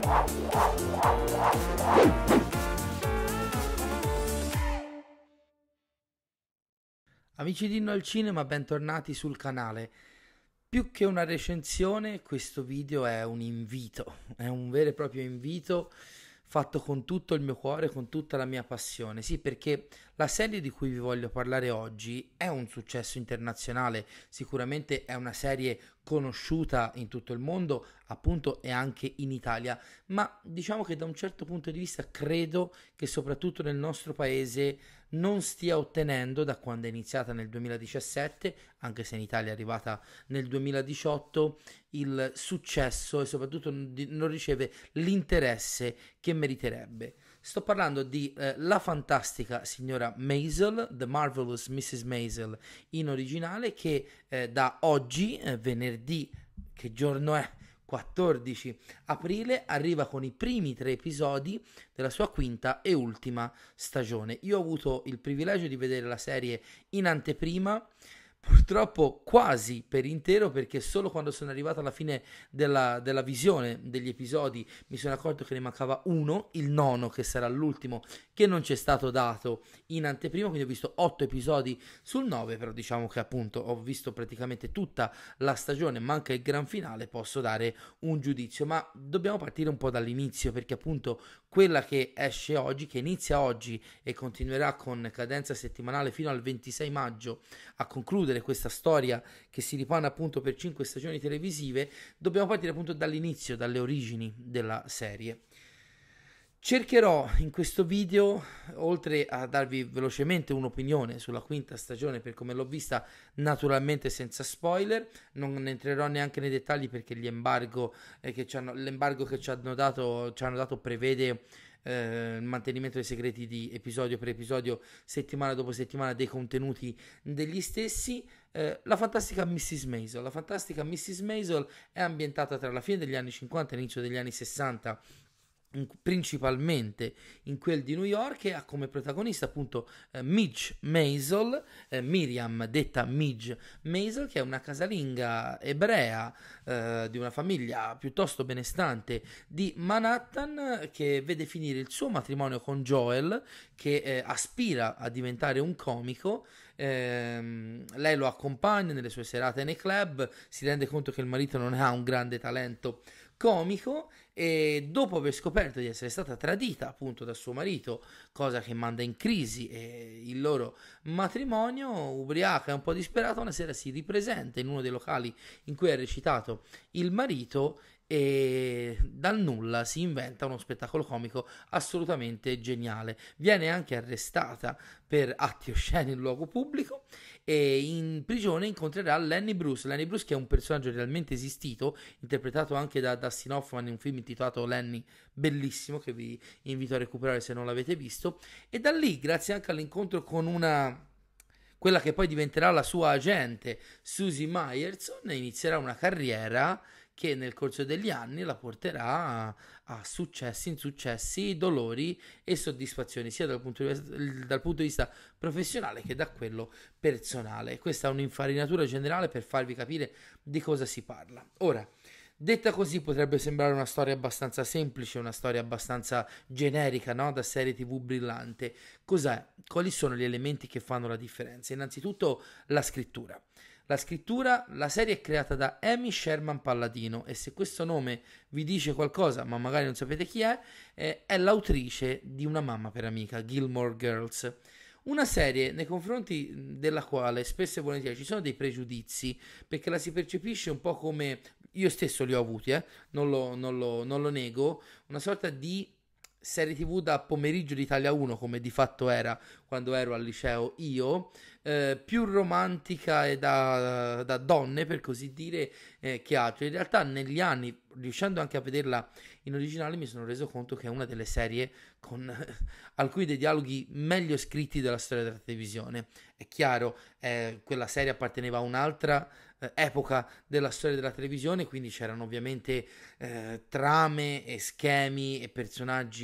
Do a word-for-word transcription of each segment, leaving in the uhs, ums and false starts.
Amici di Inno al Cinema, bentornati sul canale. Più che una recensione, questo video è un invito, è un vero e proprio invito fatto con tutto il mio cuore, con tutta la mia passione. Sì, perché la serie di cui vi voglio parlare oggi è un successo internazionale, sicuramente è una serie conosciuta in tutto il mondo, appunto, e anche in Italia, ma diciamo che da un certo punto di vista credo che soprattutto nel nostro paese non stia ottenendo, da quando è iniziata nel duemiladiciassette, anche se in Italia è arrivata nel duemiladiciotto, il successo e soprattutto non riceve l'interesse che meriterebbe. Sto parlando di eh, La fantastica signora Maisel, The Marvelous missus Maisel in originale, che eh, da oggi, eh, venerdì, che giorno è? quattordici aprile, arriva con i primi tre episodi della sua quinta e ultima stagione. Io ho avuto il privilegio di vedere la serie in anteprima, purtroppo quasi per intero, perché solo quando sono arrivato alla fine della, della visione degli episodi mi sono accorto che ne mancava uno, il nono, che sarà l'ultimo, che non ci è stato dato in anteprima, quindi ho visto otto episodi sul nove, però diciamo che appunto ho visto praticamente tutta la stagione, manca il gran finale, posso dare un giudizio, ma dobbiamo partire un po' dall'inizio, perché appunto quella che esce oggi, che inizia oggi e continuerà con cadenza settimanale fino al ventisei maggio a concludere questa storia che si ripane appunto per cinque stagioni televisive, dobbiamo partire appunto dall'inizio, dalle origini della serie. Cercherò in questo video, oltre a darvi velocemente un'opinione sulla quinta stagione per come l'ho vista, naturalmente senza spoiler, non entrerò neanche nei dettagli perché l'embargo eh, che ci hanno, l'embargo che ci hanno dato, ci hanno dato prevede eh, il mantenimento dei segreti di episodio per episodio, settimana dopo settimana, dei contenuti degli stessi. Eh, la fantastica missus Maisel. La fantastica missus Maisel è ambientata tra la fine degli anni cinquanta e l'inizio degli anni sessanta, principalmente in quel di New York, e ha come protagonista appunto eh, Midge Maisel, eh, Miriam detta Midge Maisel, che è una casalinga ebrea eh, di una famiglia piuttosto benestante di Manhattan, che vede finire il suo matrimonio con Joel, che eh, aspira a diventare un comico. Eh, lei lo accompagna nelle sue serate nei club, si rende conto che il marito non ha un grande talento comico, e dopo aver scoperto di essere stata tradita appunto da suo marito, cosa che manda in crisi eh, il loro matrimonio, ubriaca e un po' disperata, una sera si ripresenta in uno dei locali in cui ha recitato il marito e dal nulla si inventa uno spettacolo comico assolutamente geniale. Viene anche arrestata per atti osceni in luogo pubblico e in prigione incontrerà Lenny Bruce. Lenny Bruce, che è un personaggio realmente esistito, interpretato anche da Dustin Hoffman in un film intitolato Lenny, bellissimo, che vi invito a recuperare se non l'avete visto. E da lì, grazie anche all'incontro con una quella che poi diventerà la sua agente, Susie Meyerson, inizierà una carriera che nel corso degli anni la porterà a, a successi, insuccessi, dolori e soddisfazioni, sia dal punto, di vista, dal punto di vista professionale che da quello personale. Questa è un'infarinatura generale per farvi capire di cosa si parla. Ora, detta così potrebbe sembrare una storia abbastanza semplice, una storia abbastanza generica, no? Da serie tv brillante. Cos'è? Quali sono gli elementi che fanno la differenza? Innanzitutto la scrittura. La scrittura, la serie è creata da Amy Sherman Palladino, e se questo nome vi dice qualcosa, ma magari non sapete chi è, eh, è l'autrice di Una mamma per amica, Gilmore Girls. Una serie nei confronti della quale spesso e volentieri ci sono dei pregiudizi, perché la si percepisce un po' come, io stesso li ho avuti, eh, non lo, non lo, non lo nego, una sorta di serie tv da pomeriggio di Italia uno, come di fatto era quando ero al liceo io, eh, più romantica e da, da donne, per così dire, eh, che altro. In realtà negli anni, riuscendo anche a vederla in originale, mi sono reso conto che è una delle serie con alcuni dei dialoghi meglio scritti della storia della televisione. È chiaro, eh, quella serie apparteneva a un'altra eh, epoca della storia della televisione, quindi c'erano ovviamente eh, trame e schemi e personaggi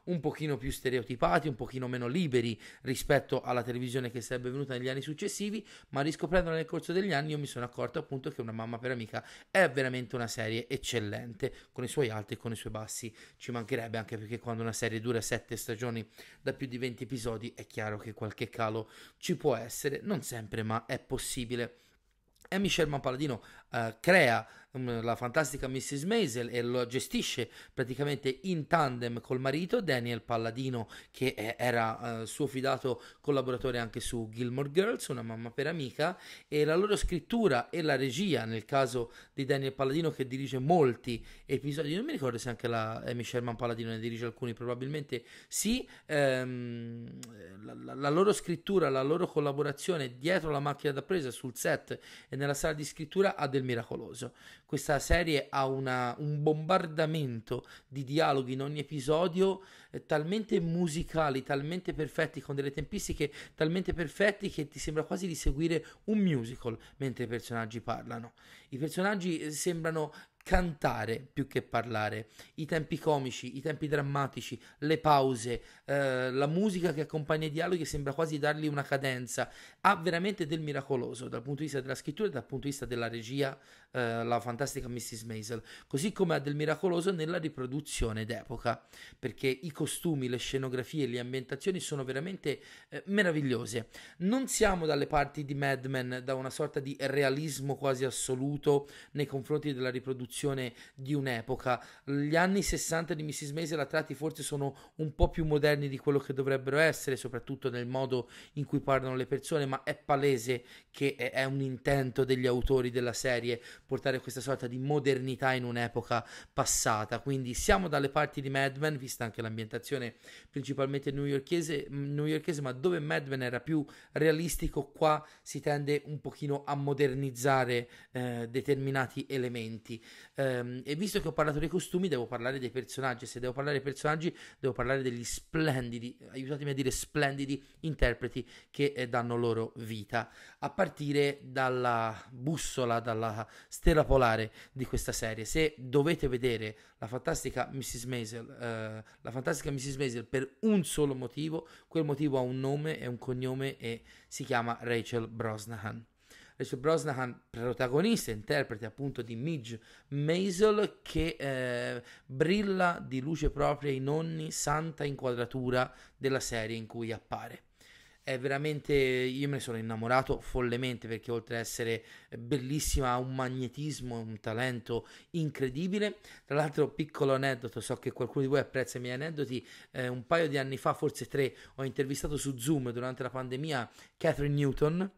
un pochino più stereotipati, un pochino meno liberi rispetto alla televisione che sarebbe venuta negli anni successivi, ma riscoprendola nel corso degli anni io mi sono accorto appunto che Una mamma per amica è veramente una serie eccellente, con i suoi alti e con i suoi bassi, ci mancherebbe, anche perché quando una serie dura sette stagioni da più di venti episodi è chiaro che qualche calo ci può essere, non sempre ma è possibile. Amy Sherman Palladino eh, crea um, la fantastica missus Maisel e lo gestisce praticamente in tandem col marito Daniel Palladino, che è, era eh, suo fidato collaboratore anche su Gilmore Girls, Una mamma per amica, e la loro scrittura e la regia, nel caso di Daniel Palladino che dirige molti episodi, non mi ricordo se anche la Amy Sherman Palladino ne dirige alcuni, probabilmente sì, ehm, la, la, la loro scrittura, la loro collaborazione dietro la macchina da presa sul set e nella sala di scrittura ha del miracoloso. Questa serie ha una, un bombardamento di dialoghi in ogni episodio eh, talmente musicali, talmente perfetti, con delle tempistiche talmente perfetti che ti sembra quasi di seguire un musical mentre i personaggi parlano. I personaggi eh, sembrano cantare più che parlare, i tempi comici, i tempi drammatici, le pause, eh, la musica che accompagna i dialoghi sembra quasi dargli una cadenza, ha veramente del miracoloso dal punto di vista della scrittura e dal punto di vista della regia, eh, la fantastica missus Maisel, così come ha del miracoloso nella riproduzione d'epoca, perché i costumi, le scenografie, le ambientazioni sono veramente eh, meravigliose. Non siamo dalle parti di Mad Men, da una sorta di realismo quasi assoluto nei confronti della riproduzione di un'epoca. Gli anni sessanta di missus Maisel a tratti forse sono un po' più moderni di quello che dovrebbero essere, soprattutto nel modo in cui parlano le persone, ma è palese che è un intento degli autori della serie portare questa sorta di modernità in un'epoca passata. Quindi siamo dalle parti di Mad Men, vista anche l'ambientazione principalmente newyorkese, newyorkese, ma dove Mad Men era più realistico, qua si tende un pochino a modernizzare eh, determinati elementi. Um, e visto che ho parlato dei costumi, devo parlare dei personaggi. Se devo parlare dei personaggi, devo parlare degli splendidi, aiutatemi a dire splendidi interpreti che eh, danno loro vita, a partire dalla bussola, dalla stella polare di questa serie. Se dovete vedere la fantastica missus Maisel, eh, la fantastica missus Maisel per un solo motivo, quel motivo ha un nome e un cognome e si chiama Rachel Brosnahan. Rachel Brosnahan, protagonista, interprete appunto di Midge Maisel, che eh, brilla di luce propria in ogni santa inquadratura della serie in cui appare. È veramente, io me ne sono innamorato follemente, perché oltre ad essere bellissima ha un magnetismo, un talento incredibile. Tra l'altro, piccolo aneddoto, so che qualcuno di voi apprezza i miei aneddoti, eh, un paio di anni fa, forse tre, ho intervistato su Zoom durante la pandemia Catherine Newton,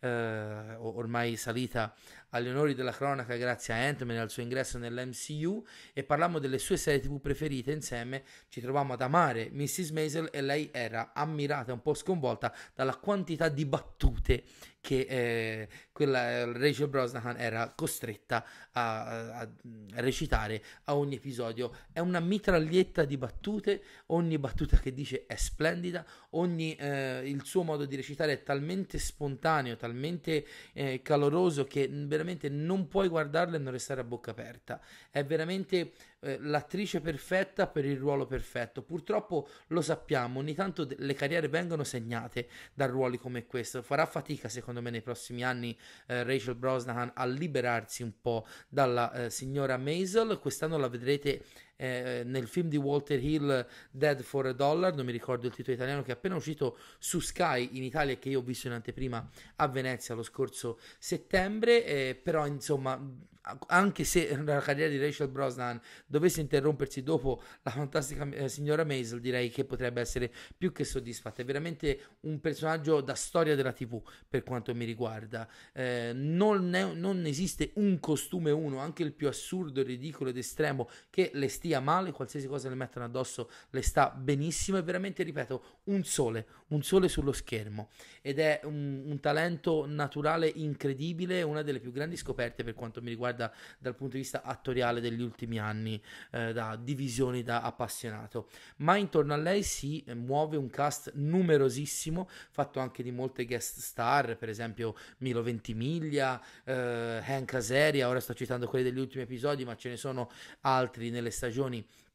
eh, ormai salita agli onori della cronaca grazie a Ant-Man e al suo ingresso nell'M C U, e parlammo delle sue serie tv preferite insieme. Ci trovammo ad amare missus Maisel e lei era ammirata, un po' sconvolta dalla quantità di battute che eh, quella Rachel Brosnahan era costretta a, a, a recitare a ogni episodio. È una mitraglietta di battute, ogni battuta che dice è splendida, ogni eh, il suo modo di recitare è talmente spontaneo, talmente eh, caloroso, che veramente non puoi guardarla e non restare a bocca aperta. È veramente eh, l'attrice perfetta per il ruolo perfetto. Purtroppo lo sappiamo, ogni tanto le carriere vengono segnate da ruoli come questo. Farà fatica secondo me nei prossimi anni eh, Rachel Brosnahan a liberarsi un po' dalla eh, signora Maisel. Quest'anno la vedrete eh, nel film di Walter Hill, Dead for a Dollar, non mi ricordo il titolo italiano, che è appena uscito su Sky in Italia e che io ho visto in anteprima a Venezia lo scorso settembre. Eh, però insomma, anche se la carriera di Rachel Brosnahan dovesse interrompersi dopo la fantastica eh, signora Maisel, direi che potrebbe essere più che soddisfatta. È veramente un personaggio da storia della tivù per quanto mi riguarda. Eh, non, è, non esiste un costume uno, anche il più assurdo, ridicolo ed estremo, che le stia male. Qualsiasi cosa le mettono addosso le sta benissimo. È veramente, ripeto, un sole, un sole sullo schermo, ed è un, un talento naturale incredibile, una delle più grandi scoperte per quanto mi riguarda dal punto di vista attoriale degli ultimi anni, eh, da divisioni da appassionato. Ma intorno a lei si eh, muove un cast numerosissimo, fatto anche di molte guest star, per esempio Milo Ventimiglia, eh, Hank Azaria. Ora sto citando quelli degli ultimi episodi, ma ce ne sono altri nelle stagioni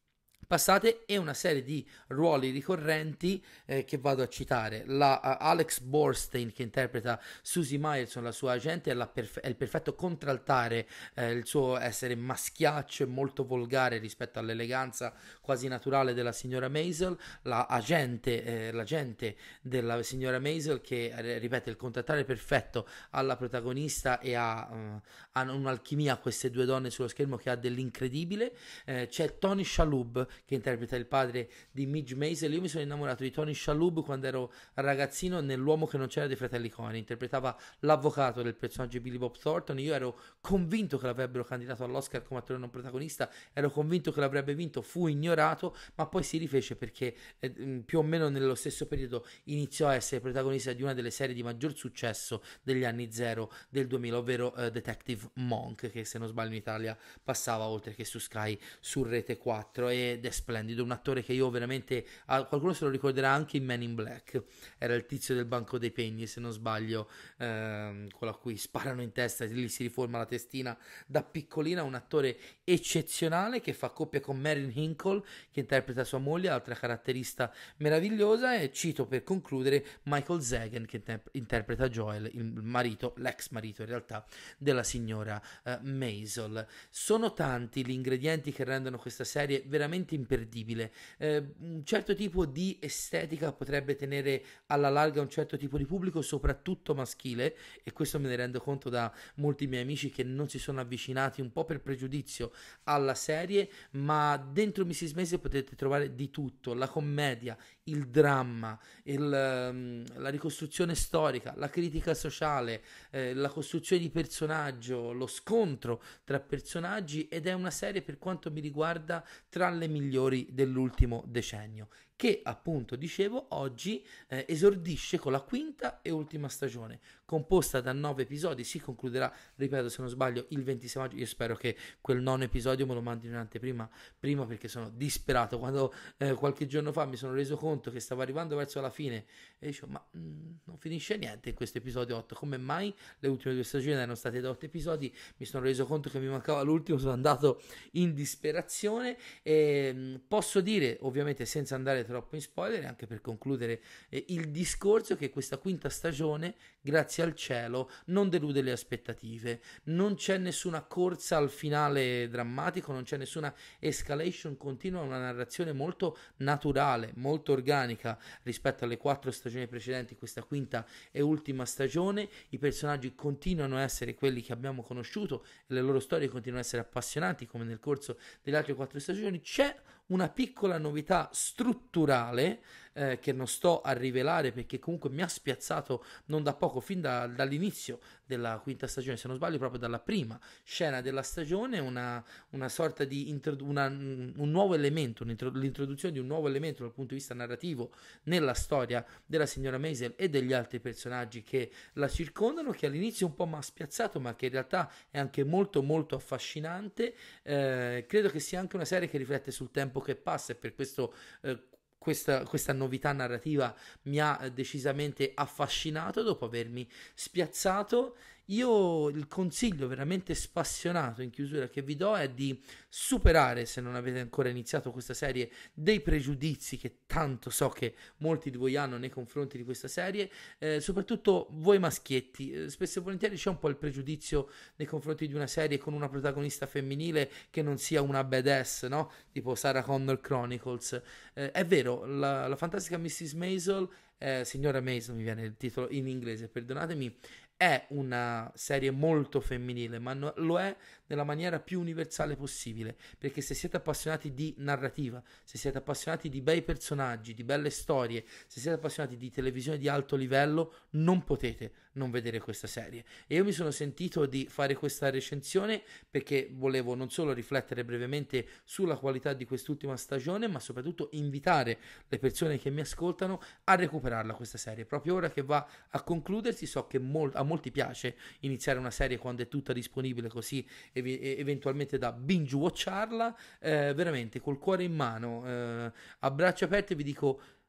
passate, e una serie di ruoli ricorrenti eh, che vado a citare. La, uh, Alex Borstein, che interpreta Susie Myerson, la sua agente, è, la perfe- è il perfetto contraltare, eh, il suo essere maschiaccio e molto volgare rispetto all'eleganza quasi naturale della signora Maisel. La agente, eh, l'agente della signora Maisel che eh, ripete il contraltare perfetto alla protagonista e ha, uh, hanno un'alchimia queste due donne sullo schermo che ha dell'incredibile. Eh, c'è Tony Shalhoub che interpreta il padre di Midge Maisel. Io mi sono innamorato di Tony Shalhoub quando ero ragazzino nell'Uomo che non c'era dei fratelli Coen, interpretava l'avvocato del personaggio di Billy Bob Thornton. Io ero convinto che l'avrebbero candidato all'Oscar come attore non protagonista, ero convinto che l'avrebbe vinto, fu ignorato, ma poi si rifece perché eh, più o meno nello stesso periodo iniziò a essere protagonista di una delle serie di maggior successo degli anni zero del duemila, ovvero uh, Detective Monk, che se non sbaglio in Italia passava oltre che su Sky su Rete quattro, ed è splendido, un attore che io veramente, ah, qualcuno se lo ricorderà anche in Men in Black, era il tizio del banco dei pegni se non sbaglio, ehm, quello a cui sparano in testa e lì si riforma la testina da piccolina. Un attore eccezionale che fa coppia con Marin Hinkle che interpreta sua moglie, altra caratterista meravigliosa. E cito per concludere Michael Zagan che inter- interpreta Joel, il marito, l'ex marito in realtà della signora uh, Maisel. Sono tanti gli ingredienti che rendono questa serie veramente imperdibile. Eh, un certo tipo di estetica potrebbe tenere alla larga un certo tipo di pubblico, soprattutto maschile, e questo me ne rendo conto da molti miei amici che non si sono avvicinati un po' per pregiudizio alla serie, ma dentro missus Maisel potete trovare di tutto: la commedia, il dramma, il, um, la ricostruzione storica, la critica sociale, eh, la costruzione di personaggio, lo scontro tra personaggi, ed è una serie, per quanto mi riguarda, tra le migliori dell'ultimo decennio, che appunto dicevo oggi eh, esordisce con la quinta e ultima stagione, composta da nove episodi. Si concluderà, ripeto se non sbaglio, il ventisei maggio. Io spero che quel nono episodio me lo mandino in anteprima prima, perché sono disperato. Quando eh, qualche giorno fa mi sono reso conto che stavo arrivando verso la fine e dicevo ma mh, non finisce niente in questo episodio otto, come mai le ultime due stagioni erano state da otto episodi? Mi sono reso conto che mi mancava l'ultimo, sono andato in disperazione. E mh, posso dire, ovviamente senza andare troppo in spoiler, anche per concludere eh, il discorso, che questa quinta stagione, grazie al cielo, non delude le aspettative. Non c'è nessuna corsa al finale drammatico, non c'è nessuna escalation, continua una narrazione molto naturale, molto organica rispetto alle quattro stagioni precedenti. Questa quinta e ultima stagione, i personaggi continuano a essere quelli che abbiamo conosciuto e le loro storie continuano a essere appassionanti come nel corso delle altre quattro stagioni. C'è una piccola novità strutturale eh, che non sto a rivelare, perché comunque mi ha spiazzato non da poco, fin da, dall'inizio della quinta stagione, se non sbaglio proprio dalla prima scena della stagione, una, una sorta di introdu- una, un nuovo elemento, l'introduzione di un nuovo elemento dal punto di vista narrativo nella storia della signora Maisel e degli altri personaggi che la circondano, che all'inizio un po' mi ha spiazzato, ma che in realtà è anche molto molto affascinante. Eh, credo che sia anche una serie che riflette sul tempo che passa, e per questo eh, questa, questa novità narrativa mi ha decisamente affascinato dopo avermi spiazzato. Io il consiglio veramente spassionato in chiusura che vi do è di superare, se non avete ancora iniziato questa serie, dei pregiudizi che tanto so che molti di voi hanno nei confronti di questa serie, eh, soprattutto voi maschietti. Eh, spesso e volentieri c'è un po' il pregiudizio nei confronti di una serie con una protagonista femminile che non sia una badass, no? Tipo Sarah Connor Chronicles. Eh, è vero, la, la fantastica missus Maisel, eh, signora Maisel mi viene il titolo in inglese, perdonatemi, è una serie molto femminile, ma no, lo è nella maniera più universale possibile, perché se siete appassionati di narrativa, se siete appassionati di bei personaggi, di belle storie, se siete appassionati di televisione di alto livello, non potete non vedere questa serie. E io mi sono sentito di fare questa recensione perché volevo non solo riflettere brevemente sulla qualità di quest'ultima stagione, ma soprattutto invitare le persone che mi ascoltano a recuperarla questa serie. Proprio ora che va a concludersi, so che mol- a molti piace iniziare una serie quando è tutta disponibile, così ev- eventualmente da binge watcharla. Eh, veramente col cuore in mano, eh, a braccia aperte vi dico: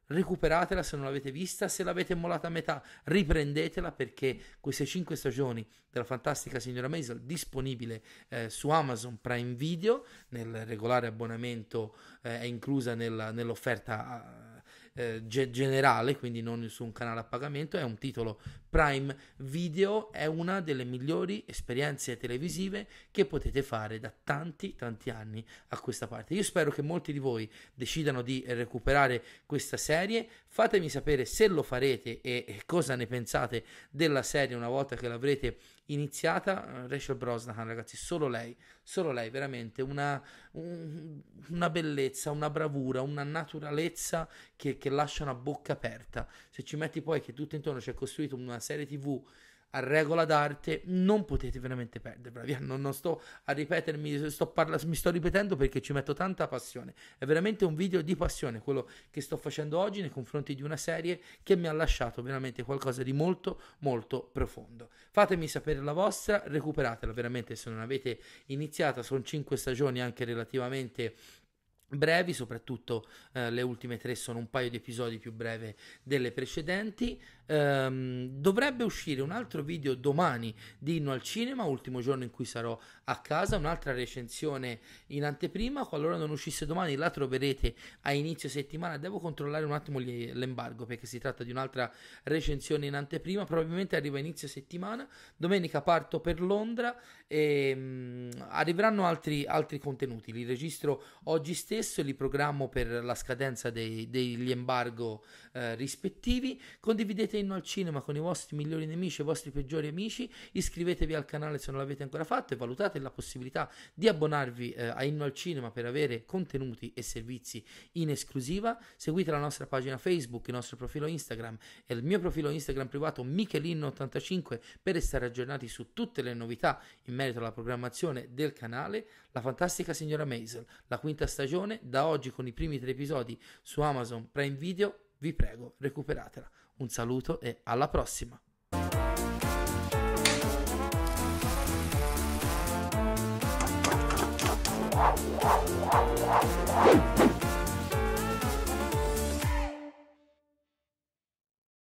recuperatela se non l'avete vista, se l'avete mollata a metà riprendetela, perché queste cinque stagioni della fantastica signora Maisel disponibile eh, su Amazon Prime Video, nel regolare abbonamento eh, è inclusa nella, nell'offerta eh, ge- generale, quindi non su un canale a pagamento, è un titolo Prime Video, è una delle migliori esperienze televisive che potete fare da tanti tanti anni a questa parte. Io spero che molti di voi decidano di recuperare questa serie, fatemi sapere se lo farete e, e cosa ne pensate della serie una volta che l'avrete iniziata. Rachel Brosnahan, ragazzi, solo lei, solo lei, veramente una, un, una bellezza, una bravura, una naturalezza che, che lascia una bocca aperta. Se ci metti poi che tutto intorno c'è costruito una serie tv a regola d'arte, non potete veramente perderla. Via, non, non sto a ripetermi, sto parla- mi sto ripetendo perché ci metto tanta passione. È veramente un video di passione quello che sto facendo oggi nei confronti di una serie che mi ha lasciato veramente qualcosa di molto molto profondo. Fatemi sapere la vostra, recuperatela veramente se non avete iniziata. Sono cinque stagioni anche relativamente brevi, soprattutto eh, le ultime tre sono un paio di episodi più breve delle precedenti. Um, dovrebbe uscire un altro video domani di Inno al Cinema, ultimo giorno in cui sarò a casa, un'altra recensione in anteprima. Qualora non uscisse domani la troverete a inizio settimana. Devo controllare un attimo gli, l'embargo, perché si tratta di un'altra recensione in anteprima, probabilmente arriva a inizio settimana. Domenica parto per Londra e um, arriveranno altri, altri contenuti, li registro oggi stesso e li programmo per la scadenza dei, degli embargo eh, rispettivi. Condividete Inno al Cinema con i vostri migliori nemici e i vostri peggiori amici, iscrivetevi al canale se non l'avete ancora fatto e valutate la possibilità di abbonarvi eh, a Inno al Cinema per avere contenuti e servizi in esclusiva. Seguite la nostra pagina Facebook, il nostro profilo Instagram e il mio profilo Instagram privato Michelin ottantacinque per restare aggiornati su tutte le novità in merito alla programmazione del canale. La fantastica signora Maisel, la quinta stagione, da oggi con i primi tre episodi su Amazon Prime Video. Vi prego, recuperatela. Un saluto e alla prossima! Wow.